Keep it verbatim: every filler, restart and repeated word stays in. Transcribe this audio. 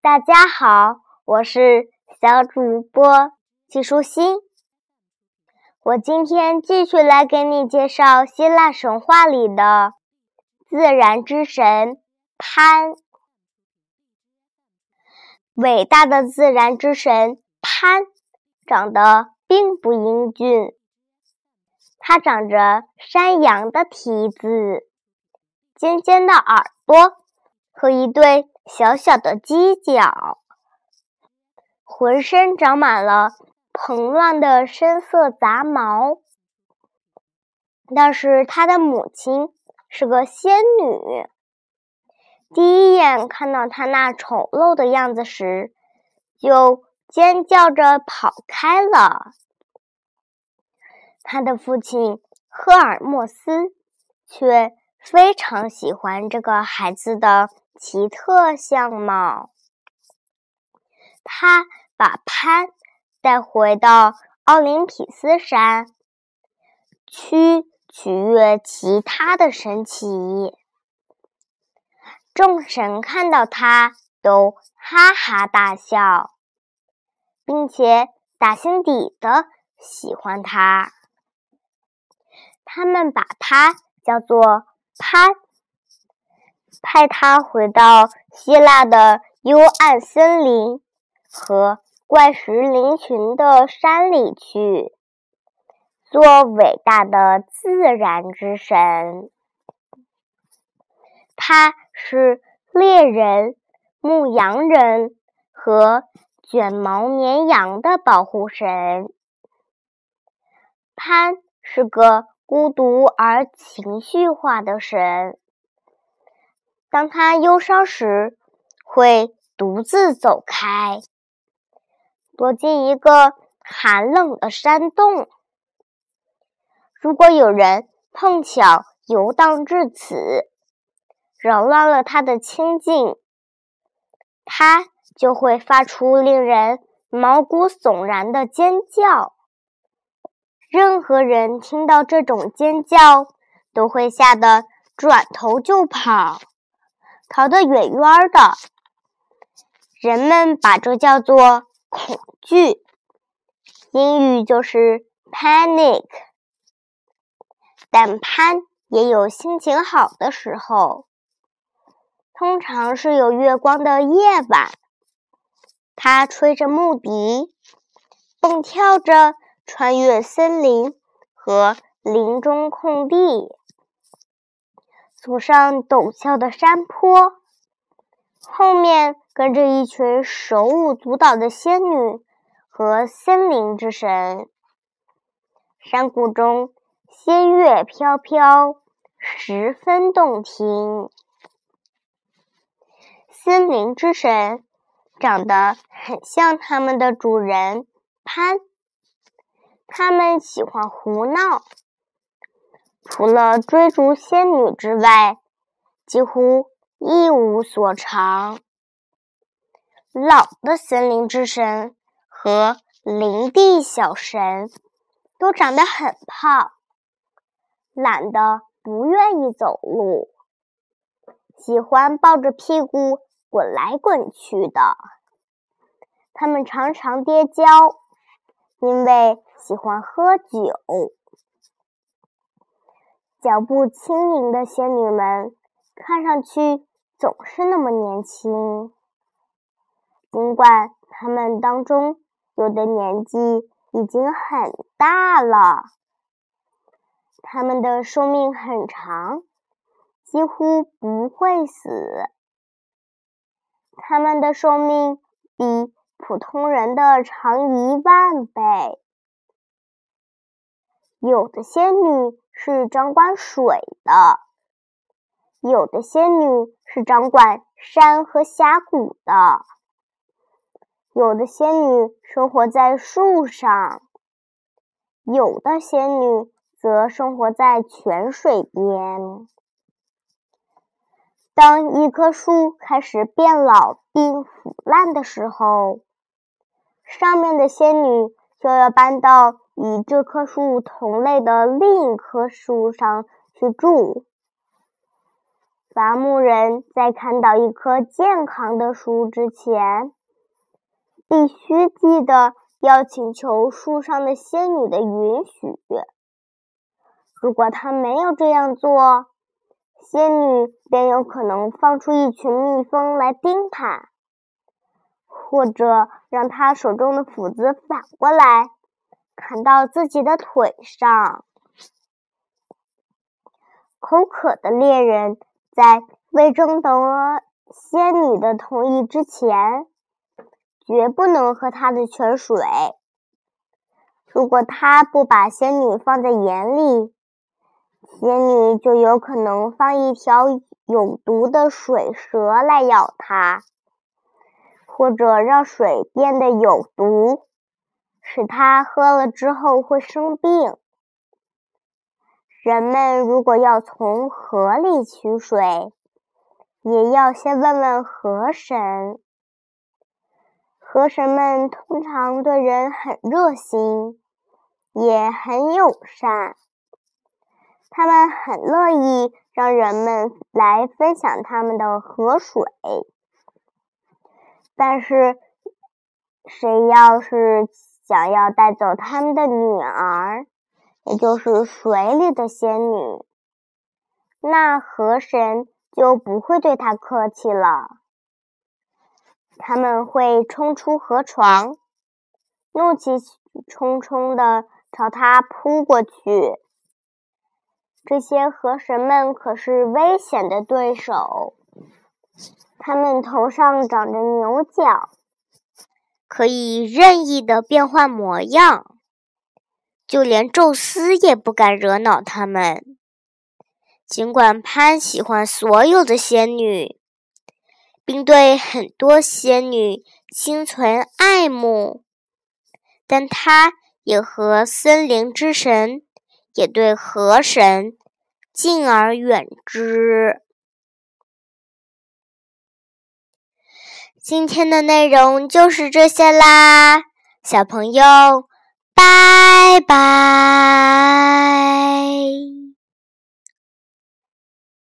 大家好，我是小主播季舒心。我今天继续来给你介绍希腊神话里的自然之神潘。伟大的自然之神潘长得并不英俊，他长着山羊的蹄子、尖尖的耳朵和一对小小的犄角，浑身长满了蓬乱的深色杂毛。但是他的母亲是个仙女，第一眼看到他那丑陋的样子时，就尖叫着跑开了。他的父亲赫尔墨斯却非常喜欢这个孩子的奇特相貌，他把潘带回到奥林匹斯山，去取悦其他的神祇。众神看到他都哈哈大笑，并且打心底的喜欢他。他们把他叫做潘，派他回到希腊的幽暗森林和怪石嶙峋的山里去，做伟大的自然之神。他是猎人、牧羊人和卷毛绵羊的保护神。潘是个孤独而情绪化的神，当他忧伤时，会独自走开，躲进一个寒冷的山洞。如果有人碰巧游荡至此，扰乱了他的清静，他就会发出令人毛骨悚然的尖叫。任何人听到这种尖叫，都会吓得转头就跑，逃得远远的。人们把这叫做恐惧，英语就是 panic。但潘也有心情好的时候，通常是有月光的夜晚，他吹着木笛，蹦跳着穿越森林和林中空地，走上陡峭的山坡，后面跟着一群手舞足蹈的仙女和森林之神。山谷中仙乐飘飘，十分动听。森林之神长得很像他们的主人潘，他们喜欢胡闹，除了追逐仙女之外，几乎一无所长。老的森林之神和林地小神都长得很胖，懒得不愿意走路，喜欢抱着屁股滚来滚去的。他们常常跌跤，因为喜欢喝酒。脚步轻盈的仙女们看上去总是那么年轻，尽管她们当中有的年纪已经很大了。她们的寿命很长，几乎不会死。她们的寿命比普通人的长一万倍。有的仙女是掌管水的，有的仙女是掌管山和峡谷的，有的仙女生活在树上，有的仙女则生活在泉水边。当一棵树开始变老并腐烂的时候，上面的仙女就要搬到与这棵树同类的另一棵树上去住。 伐木人在看到一棵健康的树之前，必须记得要请求树上的仙女的允许。如果他没有这样做，仙女便有可能放出一群蜜蜂来叮他，或者让他手中的斧子反过来砍到自己的腿上。口渴的猎人在未征得仙女的同意之前，绝不能喝她的泉水。如果他不把仙女放在眼里，仙女就有可能放一条有毒的水蛇来咬他，或者让水变得有毒，使他喝了之后会生病。人们如果要从河里取水，也要先问问河神。河神们通常对人很热心，也很友善，他们很乐意让人们来分享他们的河水。但是谁要是想要带走他们的女儿，也就是水里的仙女，那河神就不会对他客气了。他们会冲出河床，怒气冲冲地朝他扑过去。这些河神们可是危险的对手，他们头上长着牛角，可以任意地变换模样，就连宙斯也不敢惹恼他们。尽管潘喜欢所有的仙女，并对很多仙女心存爱慕，但他也和森林之神，也对河神敬而远之。今天的内容就是这些啦，小朋友，拜拜。